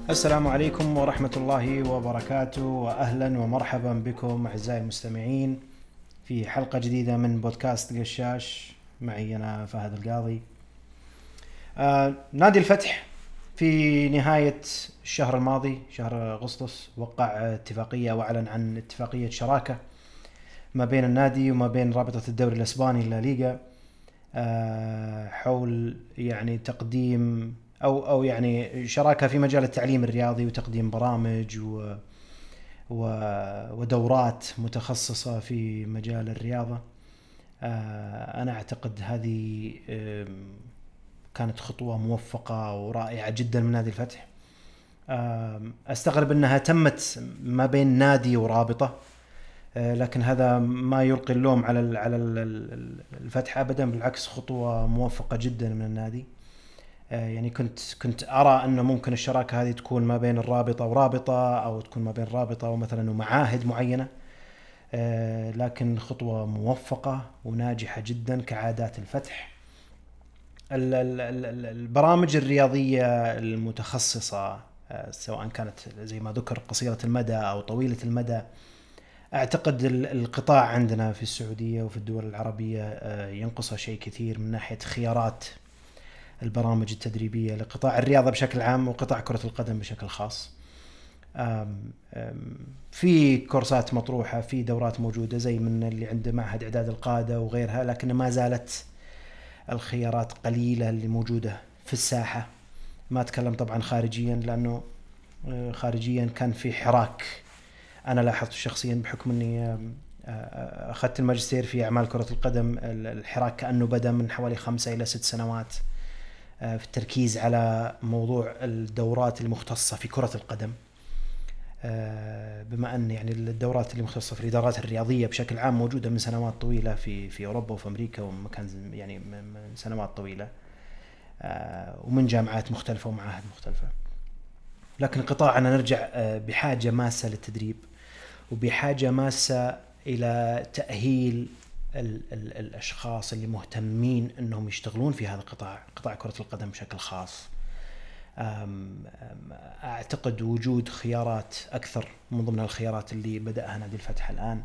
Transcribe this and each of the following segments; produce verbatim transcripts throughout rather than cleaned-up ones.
السلام عليكم ورحمة الله وبركاته، وأهلا ومرحبا بكم أعزائي المستمعين في حلقة جديدة من بودكاست قشاش. معي أنا فهد القاضي. آه نادي الفتح في نهاية الشهر الماضي شهر أغسطس وقع اتفاقية وأعلن عن اتفاقية شراكة ما بين النادي وما بين رابطة الدوري الإسباني لا ليغا، آه حول يعني تقديم أو أو يعني شراكة في مجال التعليم الرياضي وتقديم برامج و ودورات متخصصة في مجال الرياضة. أنا أعتقد هذه كانت خطوة موفقة ورائعة جدا من نادي الفتح. أستغرب أنها تمت ما بين نادي ورابطة، لكن هذا ما يلقي اللوم على على الفتح أبدا، بالعكس خطوة موفقة جدا من النادي. يعني كنت كنت أرى أنه ممكن الشراكة هذه تكون ما بين الرابطة ورابطة، أو تكون ما بين رابطة ومثلا ومعاهد معينة، لكن خطوة موفقة وناجحة جدا كعادات الفتح. البرامج الرياضية المتخصصة سواء كانت زي ما ذكر قصيرة المدى أو طويلة المدى، أعتقد القطاع عندنا في السعودية وفي الدول العربية ينقصه شيء كثير من ناحية خيارات البرامج التدريبية لقطاع الرياضة بشكل عام وقطاع كرة القدم بشكل خاص. أم أم في كورسات مطروحة، في دورات موجودة زي من اللي عند معهد إعداد القادة وغيرها، لكن ما زالت الخيارات قليلة اللي موجودة في الساحة. ما أتكلم طبعا خارجيا، لأنه خارجيا كان في حراك. أنا لاحظت شخصيا بحكم أني أخذت الماجستير في أعمال كرة القدم، الحراك كأنه بدأ من حوالي خمسة إلى ست سنوات في التركيز على موضوع الدورات المختصة في كرة القدم، بما أن يعني الدورات اللي مختصة في الإدارات الرياضية بشكل عام موجودة من سنوات طويلة في في أوروبا وفي أمريكا ومكان يعني من سنوات طويلة، ومن جامعات مختلفة ومعاهد مختلفة. لكن قطاعنا نرجع بحاجة ماسة للتدريب، وبحاجة ماسة إلى تأهيل ال ال الأشخاص اللي مهتمين أنهم يشتغلون في هذا القطاع، قطاع كرة القدم بشكل خاص. أعتقد وجود خيارات أكثر من ضمن الخيارات اللي بدأها نادي الفتح الآن،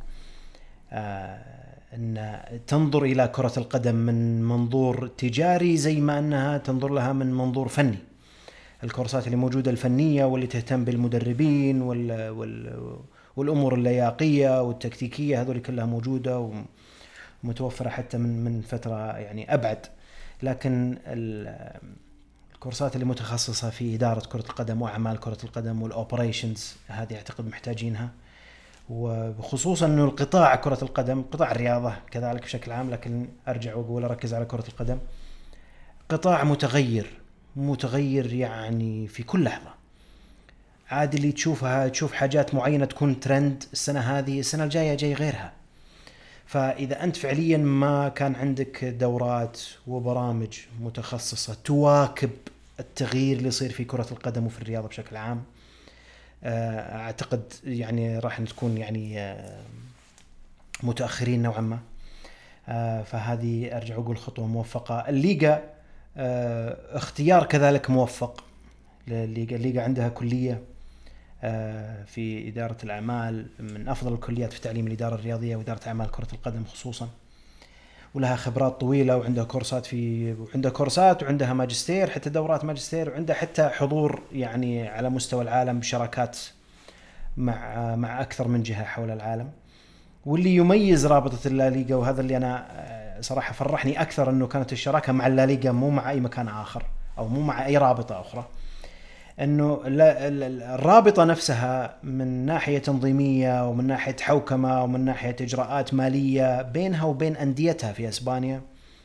أن تنظر إلى كرة القدم من منظور تجاري زي ما أنها تنظر لها من منظور فني. الكورسات اللي موجودة الفنية واللي تهتم بالمدربين وال وال والأمور اللياقية والتكتيكية، هذول كلها موجودة ومتوفرة حتى من من فترة يعني أبعد. لكن الكورسات اللي متخصصة في إدارة كرة القدم وأعمال كرة القدم والأوبريشنز، هذه أعتقد محتاجينها، وخصوصا أنه القطاع كرة القدم قطاع الرياضة كذلك بشكل عام، لكن أرجع وأقول أركز على كرة القدم، قطاع متغير متغير يعني في كل لحظة. عادي اللي تشوفها تشوف حاجات معينة تكون ترند السنة هذه، السنة الجاية جاي غيرها. فإذا أنت فعليا ما كان عندك دورات وبرامج متخصصة تواكب التغيير اللي يصير في كرة القدم وفي الرياضة بشكل عام، أعتقد يعني راح نكون يعني متأخرين نوعا ما. فهذه أرجع أقول خطوة موفقة. الليغا اختيار كذلك موفق للليغا. الليغا عندها كلية في إدارة الأعمال من أفضل الكليات في تعليم الإدارة الرياضية وإدارة أعمال كرة القدم خصوصا، ولها خبرات طويلة وعندها كورسات في وعندها كورسات وعندها ماجستير، حتى دورات ماجستير، وعندها حتى حضور يعني على مستوى العالم بشراكات مع مع أكثر من جهة حول العالم. واللي يميز رابطة الليغا، وهذا اللي أنا صراحة فرحني أكثر، أنه كانت الشراكة مع الليغا مو مع أي مكان آخر أو مو مع أي رابطة أخرى، أنه الرابطة نفسها من ناحية تنظيمية ومن ناحية حوكمة ومن ناحية إجراءات مالية بينها وبين أنديتها في أسبانيا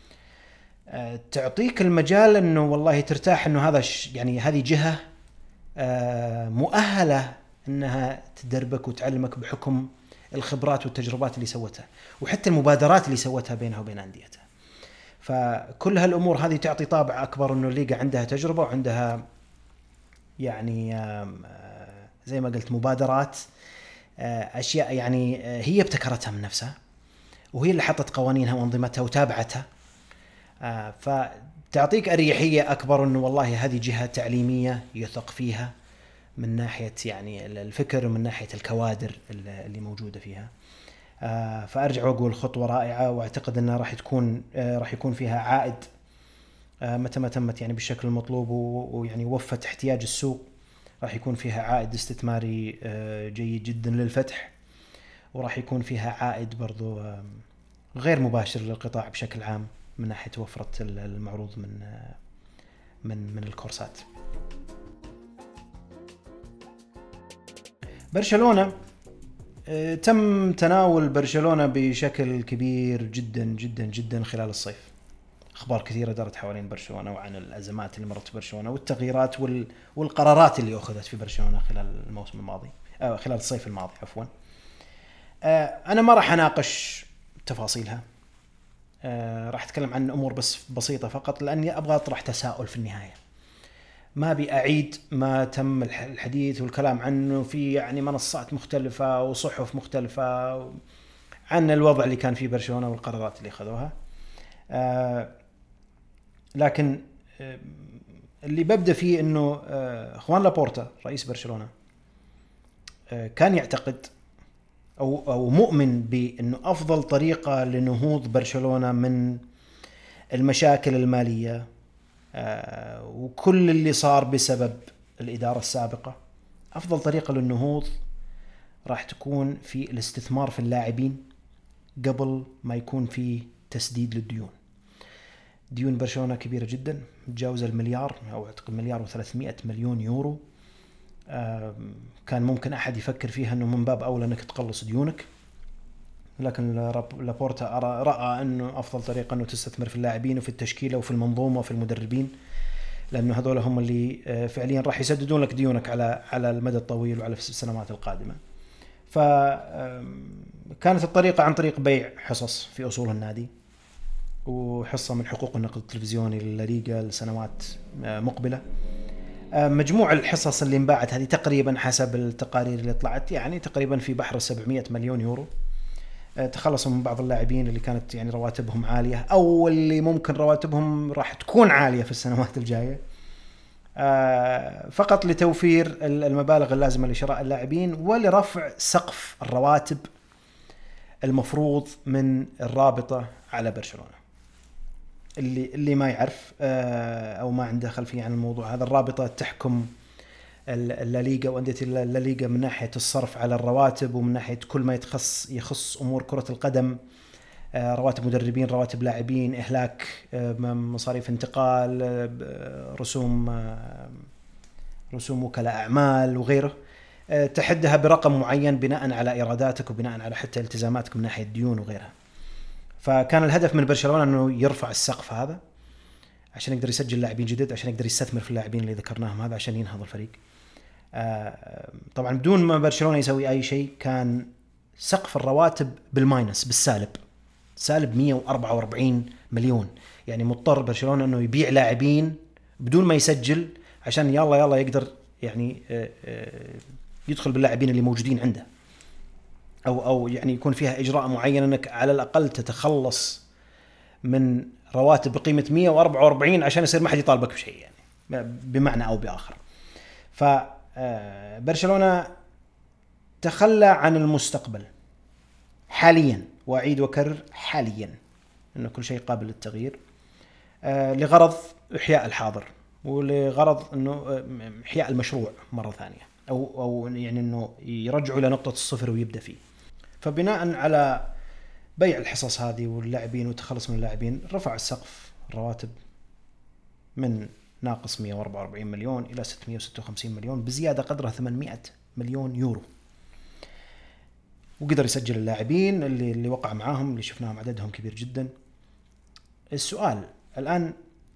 تعطيك المجال أنه والله ترتاح أنه هذا يعني هذه جهة مؤهلة أنها تدربك وتعلمك بحكم الخبرات والتجربات اللي سوتها وحتى المبادرات اللي سوتها بينها وبين أنديتها. فكل هالأمور هذه تعطي طابع أكبر أنه الليغا عندها تجربة وعندها يعني زي ما قلت مبادرات، أشياء يعني هي ابتكرتها من نفسها وهي اللي حطت قوانينها وأنظمتها وتابعتها، فتعطيك أريحية أكبر أنه والله هذه جهة تعليمية يثق فيها من ناحية يعني الفكر ومن ناحية الكوادر اللي موجودة فيها. فأرجع وأقول خطوة رائعة، وأعتقد أنها راح تكون راح يكون فيها عائد متى ما تمت يعني بالشكل المطلوب ويعني وفت احتياج السوق. راح يكون فيها عائد استثماري جيد جدا للفتح، وراح يكون فيها عائد برضو غير مباشر للقطاع بشكل عام من ناحية وفرة المعروض من من من الكورسات. برشلونة، تم تناول برشلونة بشكل كبير جدا جدا جدا خلال الصيف. أخبار كثيرة دارت حوالين برشلونة وعن الأزمات اللي مرت برشلونة والتغييرات والقرارات اللي أخذت في برشلونة خلال الموسم الماضي، خلال الصيف الماضي عفوا. أنا ما راح أناقش تفاصيلها، راح أتكلم عن أمور بس بسيطة فقط، لأني أبغى أطرح تساؤل في النهاية. ما بأعيد ما تم الحديث والكلام عنه في يعني منصات مختلفة وصحف مختلفة عن الوضع اللي كان في برشلونة والقرارات اللي أخذوها. آه لكن آه اللي ببدأ فيه إنه آه خوان لابورتا رئيس برشلونة آه كان يعتقد أو أو مؤمن بأنه أفضل طريقة لنهوض برشلونة من المشاكل المالية آه وكل اللي صار بسبب الإدارة السابقة، أفضل طريقة للنهوض راح تكون في الاستثمار في اللاعبين قبل ما يكون في تسديد للديون. ديون برشلونة كبيرة جدا، تجاوز المليار أو أعتقد مليار وثلاثمائة مليون يورو. آه كان ممكن أحد يفكر فيها أنه من باب أولى أنك تقلص ديونك، لكن لابورتا رأى أنه أفضل طريقة أنه تستثمر في اللاعبين وفي التشكيلة وفي المنظومة وفي المدربين، لأنه هذول هم اللي فعليا راح يسددون لك ديونك على على المدى الطويل وعلى السنوات القادمة. فكانت الطريقة عن طريق بيع حصص في أصول النادي وحصة من حقوق النقد التلفزيوني للليغا لسنوات مقبلة. مجموع الحصص اللي انباعت هذه تقريبا حسب التقارير اللي طلعت يعني تقريبا في بحر سبعمائة مليون يورو. تخلصوا من بعض اللاعبين اللي كانت يعني رواتبهم عالية أو اللي ممكن رواتبهم راح تكون عالية في السنوات الجاية، فقط لتوفير المبالغ اللازمة لشراء اللاعبين ولرفع سقف الرواتب المفروض من الرابطة على برشلونة. اللي اللي ما يعرف أو ما عنده خلفية عن الموضوع هذا، الرابطة تحكم الليغا وأندية الليغا من ناحية الصرف على الرواتب ومن ناحية كل ما يتخص يخص أمور كرة القدم، رواتب مدربين، رواتب لاعبين، إهلاك مصاريف انتقال، رسوم رسوم وكلاء أعمال وغيره، تحدها برقم معين بناء على إيراداتك وبناء على حتى التزاماتك من ناحية الديون وغيرها. فكان الهدف من برشلونة أنه يرفع السقف هذا عشان يقدر يسجل لاعبين جدد، عشان يقدر يستثمر في اللاعبين اللي ذكرناهم هذا عشان ينهض الفريق. طبعا بدون ما برشلونة يسوي أي شيء كان سقف الرواتب بالماينس بالسالب، سالب مئة وأربعة وأربعين مليون. يعني مضطر برشلونة أنه يبيع لاعبين بدون ما يسجل عشان يلا يلا يقدر يعني يدخل باللاعبين اللي موجودين عنده، أو أو يعني يكون فيها إجراء معين أنك على الأقل تتخلص من رواتب بقيمة مئة وأربعة وأربعين عشان يصير ما حد يطالبك بشيء يعني بمعنى أو بآخر. فبرشلونة تخلى عن المستقبل حاليا، وأعيد وكرر حاليا أنه كل شيء قابل للتغيير، لغرض إحياء الحاضر ولغرض أنه إحياء المشروع مرة ثانية، أو أو يعني أنه يرجعوا إلى نقطة الصفر ويبدأ فيه. فبناء على بيع الحصص هذه واللاعبين وتخلص من اللاعبين رفع السقف الرواتب من ناقص مئة وأربعة وأربعين مليون إلى ستمئة وستة وخمسين مليون، بزيادة قدرها ثمانمئة مليون يورو. وقدر يسجل اللاعبين اللي اللي وقع معاهم اللي شفناهم عددهم كبير جدا. السؤال الآن،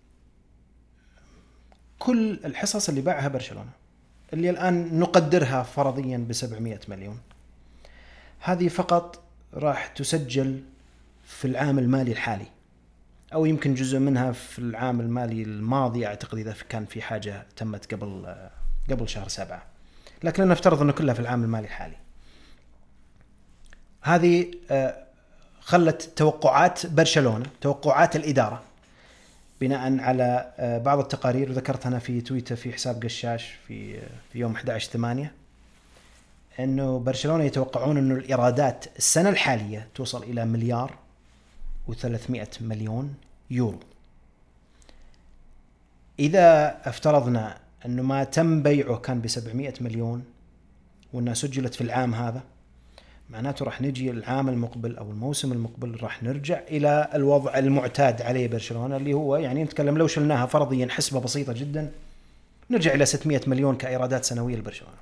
كل الحصص اللي باعها برشلونة اللي الآن نقدرها فرضيا بسبعمئة مليون، هذه فقط راح تسجل في العام المالي الحالي، أو يمكن جزء منها في العام المالي الماضي أعتقد إذا كان في حاجة تمت قبل قبل شهر سبعة، لكن نفترض أنه كلها في العام المالي الحالي. هذه خلت توقعات برشلونة، توقعات الإدارة بناء على بعض التقارير، وذكرت أنا في تويتر في حساب قشاش في في يوم أحد عشر ثمانية، إنه برشلونة يتوقعون إنه الإيرادات السنة الحالية توصل إلى مليار وثلاثمائة مليون يورو. إذا افترضنا أنه ما تم بيعه كان بسبعمائة مليون وأنها سجلت في العام هذا، معناته راح نجي العام المقبل أو الموسم المقبل راح نرجع إلى الوضع المعتاد عليه برشلونة، اللي هو يعني نتكلم لو شلناها فرضيا حسبة بسيطة جدا نرجع إلى ستمائة مليون كإيرادات سنوية لبرشلونة.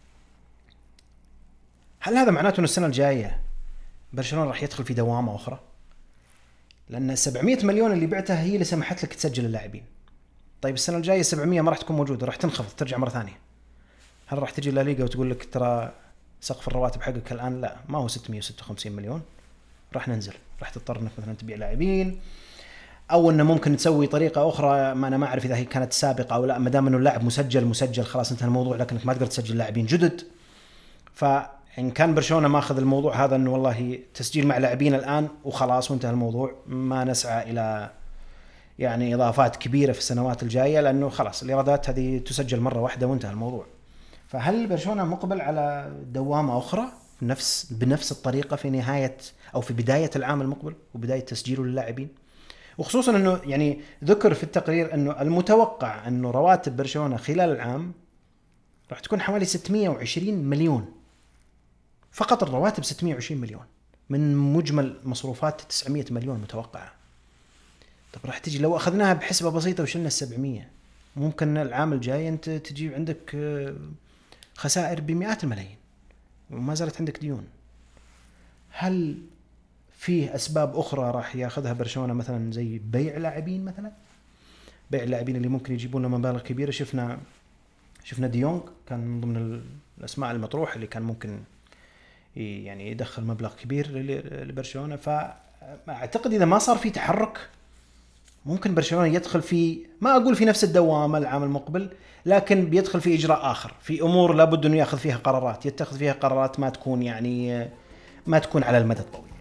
هل هذا معناته أن السنة الجاية برشلونة راح يدخل في دوامة أخرى؟ لأن سبعمائة مليون اللي بعتها هي اللي سمحت لك تسجل اللاعبين. طيب السنة الجاية سبعمائة ما راح تكون موجودة، راح تنخفض ترجع مرة ثانية. هل راح تجي لا ليغا وتقول لك ترى سقف الرواتب حقك الآن لا ما هو ستمائة وستة وخمسين مليون، راح ننزل، راح تضطر انك مثلا تبيع لاعبين، او انه ممكن تسوي طريقة اخرى ما انا ما اعرف اذا هي كانت سابقة او لا، ما دام انه اللاعب مسجل مسجل خلاص انتهى الموضوع، لكنك ما تقدر تسجل لاعبين جدد. فإن كان برشلونة ماخذ الموضوع هذا انه والله تسجيل مع لاعبين الآن وخلاص وانتهى الموضوع، ما نسعى الى يعني اضافات كبيرة في السنوات الجاية، لانه خلاص الايرادات هذه تسجل مرة واحدة وانتهى الموضوع. فهل برشلونة مقبل على دوامة أخرى نفس بنفس الطريقة في نهاية أو في بداية العام المقبل وبداية تسجيله للاعبين؟ وخصوصا أنه يعني ذكر في التقرير أنه المتوقع أنه رواتب برشلونة خلال العام راح تكون حوالي ستمائة وعشرين مليون، فقط الرواتب ستمائة وعشرين مليون من مجمل مصروفات تسعمائة مليون متوقعة. طب راح تجي لو أخذناها بحسبة بسيطة وشلنا السبعمية، ممكن العام الجاي أنت تجيب عندك خسائر بمئات الملايين وما زالت عندك ديون. هل فيه أسباب أخرى راح يأخذها برشلونة مثلا زي بيع لاعبين، مثلا بيع اللاعبين اللي ممكن يجيبون مبالغ كبيرة؟ شفنا شفنا ديونغ كان من ضمن الأسماء المطروحة اللي كان ممكن يعني يدخل مبلغ كبير لبرشلونة. فأعتقد إذا ما صار في تحرك ممكن برشلونة يدخل في، ما أقول في نفس الدوامة العام المقبل، لكن بيدخل في إجراء آخر، في أمور لابد أنه يأخذ فيها قرارات، يتخذ فيها قرارات ما تكون يعني ما تكون على المدى الطويل.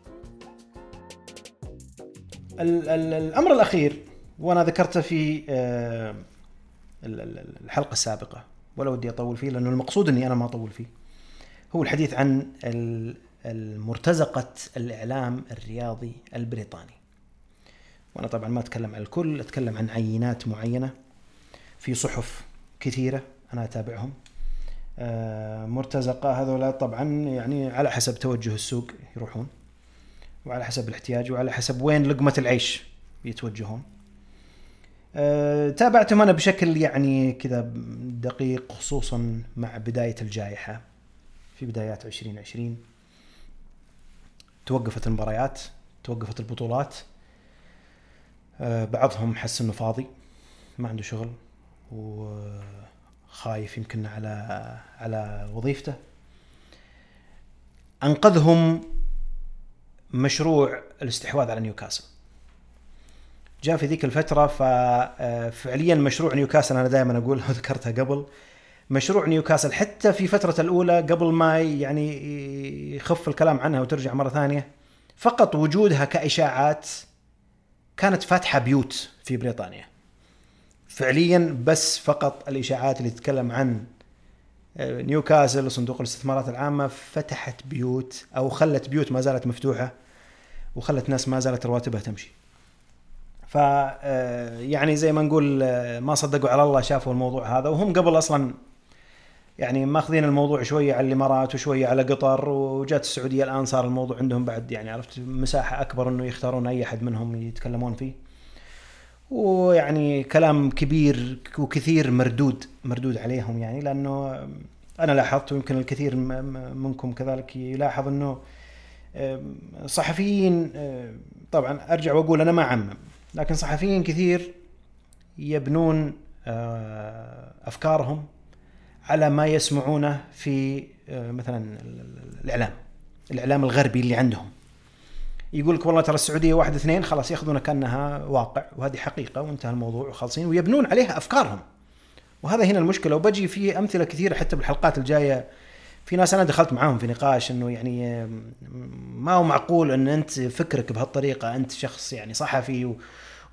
الأمر الأخير وأنا ذكرته في الحلقة السابقة ولا ودي أطول فيه لأنه المقصود أني أنا ما أطول فيه، هو الحديث عن المرتزقة الإعلام الرياضي البريطاني. وأنا طبعا ما أتكلم عن الكل، أتكلم عن عينات معينة في صحف كثيرة أنا أتابعهم. مرتزقة هذولا طبعا يعني على حسب توجه السوق يروحون، وعلى حسب الاحتياج، وعلى حسب وين لقمة العيش يتوجهون. تابعتهم أنا بشكل يعني كذا دقيق، خصوصا مع بداية الجائحة في بدايات عشرين عشرين. توقفت المباريات، توقفت البطولات، بعضهم حس إنه فاضي ما عنده شغل وخايف يمكن على على وظيفته. أنقذهم مشروع الاستحواذ على نيوكاسل، جاء في ذيك الفترة. ففعليا مشروع نيوكاسل أنا دائما أقول ذكرتها قبل، مشروع نيوكاسل حتى في فترة الأولى قبل ما يعني يخف الكلام عنها وترجع مرة ثانية، فقط وجودها كإشاعات كانت فاتحة بيوت في بريطانيا فعليا، بس فقط الإشاعات اللي تتكلم عن نيوكاسل وصندوق الاستثمارات العامة فتحت بيوت أو خلت بيوت ما زالت مفتوحة وخلت ناس ما زالت رواتبها تمشي. ف يعني زي ما نقول ما صدقوا على الله شافوا الموضوع هذا، وهم قبل أصلا يعني ماخذين الموضوع شوية على الإمارات وشوية على قطر، وجات السعودية الآن صار الموضوع عندهم بعد يعني عرفت مساحة أكبر إنه يختارون أي أحد منهم يتكلمون فيه، ويعني كلام كبير وكثير مردود مردود عليهم يعني. لأنه أنا لاحظت ويمكن الكثير منكم كذلك يلاحظ إنه صحفيين، طبعا أرجع وأقول أنا ما عمم، لكن صحفيين كثير يبنون أفكارهم على ما يسمعونه في مثلا الإعلام الإعلام الغربي اللي عندهم. يقولك والله ترى السعودية واحد اثنين، خلاص يأخذونها كأنها واقع وهذه حقيقة وانتهى الموضوع وخالصين، ويبنون عليها أفكارهم. وهذا هنا المشكلة، وبجي فيه أمثلة كثيرة حتى بالحلقات الجاية. في ناس أنا دخلت معاهم في نقاش إنه يعني ما هو معقول أن أنت فكرك بهالطريقة، أنت شخص يعني صحفي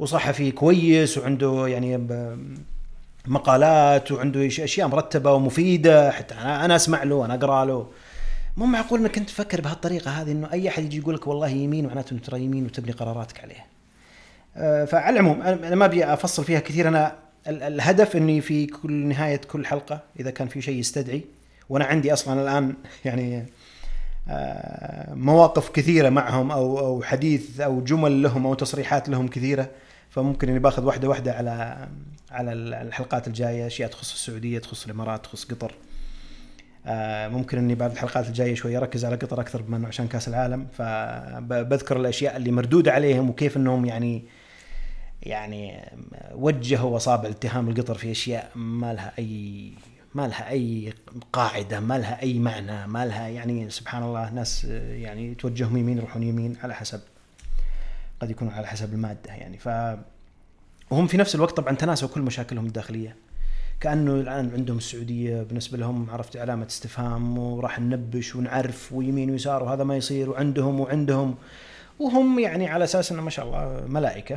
وصحفي كويس وعنده يعني مقالات وعنده اشياء مرتبه ومفيده، حتى انا انا اسمع له وانا اقرا له. مو معقول انك انت تفكر بهالطريقه هذه، انه اي احد يجي يقول لك والله يمين معناته انه ترى يمين وتبني قراراتك عليه. أه فعلى العموم انا ما ابي افصل فيها كثير. انا الهدف اني في كل نهايه كل حلقه اذا كان في شيء يستدعي، وانا عندي اصلا الان يعني أه مواقف كثيره معهم او او حديث او جمل لهم او تصريحات لهم كثيره، فممكن اني باخذ واحده واحده على على الحلقات الجايه، اشياء تخص السعوديه، تخص الامارات، تخص قطر. آه ممكن اني بعد الحلقات الجايه شويه اركز على قطر اكثر بما انه عشان كاس العالم، فبذكر الاشياء اللي مردوده عليهم وكيف انهم يعني يعني وجهوا اصابع الاتهام القطر في اشياء ما لها اي ما لها اي قاعده، ما لها اي معنى، ما لها يعني سبحان الله ناس يعني توجههم يمين يروحون يمين على حسب، قد يكونوا على حسب الماده يعني. ف وهم في نفس الوقت طبعا تناسوا كل مشاكلهم الداخليه، كأنه الآن عندهم السعودية بالنسبة لهم عرفت علامة استفهام وراح ننبش ونعرف ويمين ويسار وهذا ما يصير، وعندهم وعندهم وهم يعني على أساس أنه ما شاء الله ملائكة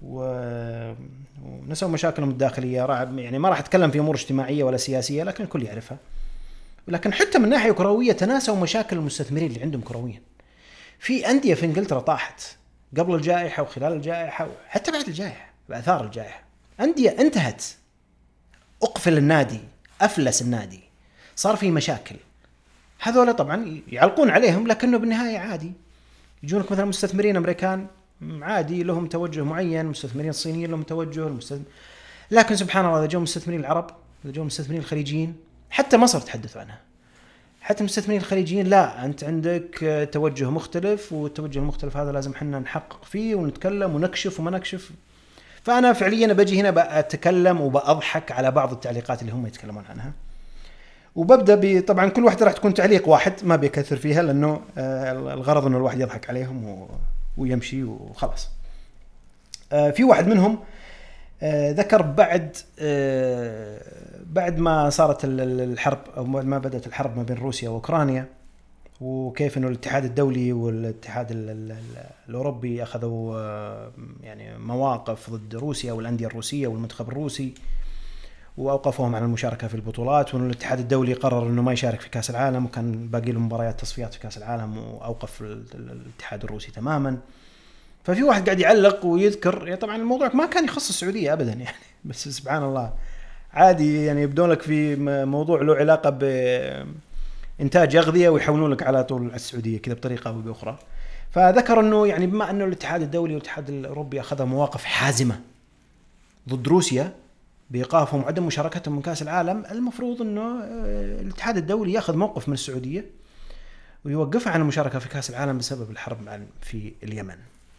ونسوا مشاكلهم الداخلية. يعني ما راح أتكلم في أمور اجتماعية ولا سياسية لكن الكل يعرفها. ولكن حتى من ناحية كروية تناسوا مشاكل المستثمرين اللي عندهم كرويا. في أندية في إنجلترا طاحت قبل الجائحة وخلال الجائحة وحتى بعد الجائحة بأثار الجائحة، أندية انتهت، أقفل النادي، أفلس النادي، صار فيه مشاكل. هذول طبعا يعلقون عليهم لكنه بالنهاية عادي. يجونك مثلا مستثمرين أمريكان عادي لهم توجه معين، مستثمرين الصينيين لهم توجه المستثمر. لكن سبحان الله إذا جو مستثمرين العرب، إذا جو مستثمرين الخليجيين، حتى مصر تحدثوا عنها، حتى المستثمرين الخليجيين لا أنت عندك توجه مختلف، والتوجه المختلف هذا لازم حنا نحقق فيه ونتكلم ونكشف وما نكشف. فأنا فعليا بجي هنا بأتكلم وبأضحك على بعض التعليقات اللي هم يتكلمون عنها، وببدأ طبعا كل واحدة راح تكون تعليق واحد ما بيكثر فيها لأنه الغرض أنه الواحد يضحك عليهم ويمشي وخلاص. في واحد منهم ذكر بعد بعد ما صارت الحرب أو ما بدأت الحرب ما بين روسيا وأوكرانيا، وكيف انه الاتحاد الدولي والاتحاد الاوروبي اخذوا يعني مواقف ضد روسيا والانديه الروسيه والمنتخب الروسي واوقفوهم عن المشاركه في البطولات، وان الاتحاد الدولي قرر انه ما يشارك في كاس العالم، وكان باقي له مباريات تصفيات في كاس العالم واوقف الاتحاد الروسي تماما. ففي واحد قاعد يعلق ويذكر يعني طبعا الموضوع ما كان يخص السعوديه ابدا يعني، بس سبحان الله عادي يعني يبدون لك في موضوع له علاقه ب إنتاج أغذية ويحولون لك على طول السعودية كذا بطريقة أو بأخرى. فذكر أنه يعني بما أنه الاتحاد الدولي والاتحاد الأوروبي أخذ مواقف حازمة ضد روسيا بإيقافهم وعدم مشاركتهم من كأس العالم، المفروض أنه الاتحاد الدولي يأخذ موقف من السعودية ويوقفها عن المشاركة في كأس العالم بسبب الحرب في اليمن.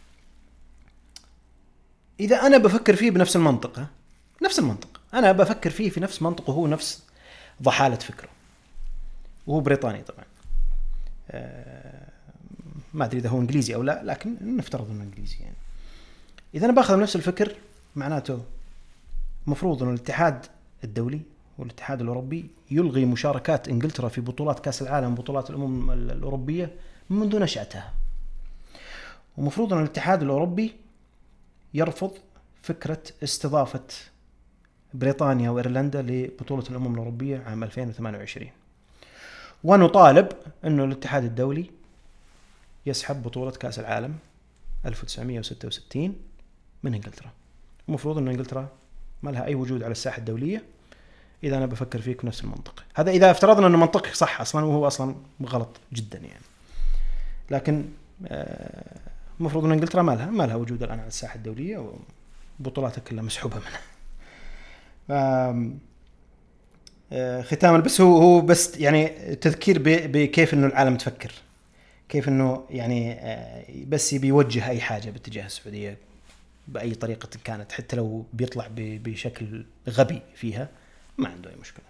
إذا أنا بفكر فيه بنفس المنطقة، نفس المنطق أنا بفكر فيه في نفس منطقه، هو نفس ضحالة فكره، وهو بريطاني طبعا. آه ما أدري إذا هو إنجليزي أو لا، لكن نفترض إنه إنجليزي يعني. إذا أنا باخذ نفس الفكر معناته مفروض إنه الاتحاد الدولي والاتحاد الأوروبي يلغي مشاركات إنجلترا في بطولات كأس العالم وبطولات الأمم الأوروبية منذ نشأتها، ومفروض إنه الاتحاد الأوروبي يرفض فكرة استضافة بريطانيا وإيرلندا لبطولة الأمم الأوروبية عام ألفين وثمانية وعشرين، ونطالب أنه الاتحاد الدولي يسحب بطولة كأس العالم ألف وتسعمائة وستة وستين من إنجلترا. المفروض أن إنجلترا ما لها أي وجود على الساحة الدولية. إذا أنا بفكر فيك نفس المنطق هذا، إذا افترضنا أنه منطقي صح أصلا، وهو أصلا غلط جدا يعني، لكن المفروض أن إنجلترا ما لها ما لها وجود الآن على الساحة الدولية وبطولاتها كلها مسحوبة منها. ختاما بس هو هو بس يعني تذكير بكيف انه العالم تفكر، كيف انه يعني بس بيوجه اي حاجه باتجاه السعوديه باي طريقه كانت، حتى لو بيطلع بشكل غبي فيها ما عنده اي مشكله.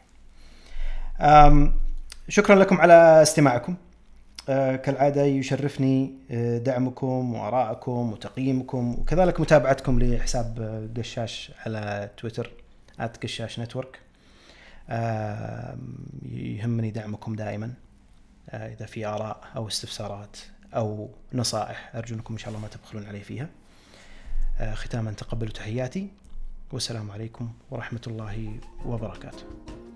شكرا لكم على استماعكم. كالعاده يشرفني دعمكم وارائكم وتقييمكم، وكذلك متابعتكم لحساب قشاش على تويتر آت قشاش نتورك. آه يهمني دعمكم دائما. آه إذا في آراء أو استفسارات أو نصائح أرجو أنكم إن شاء الله ما تبخلون علي فيها. ختاما تقبلوا تحياتي، والسلام عليكم ورحمة الله وبركاته.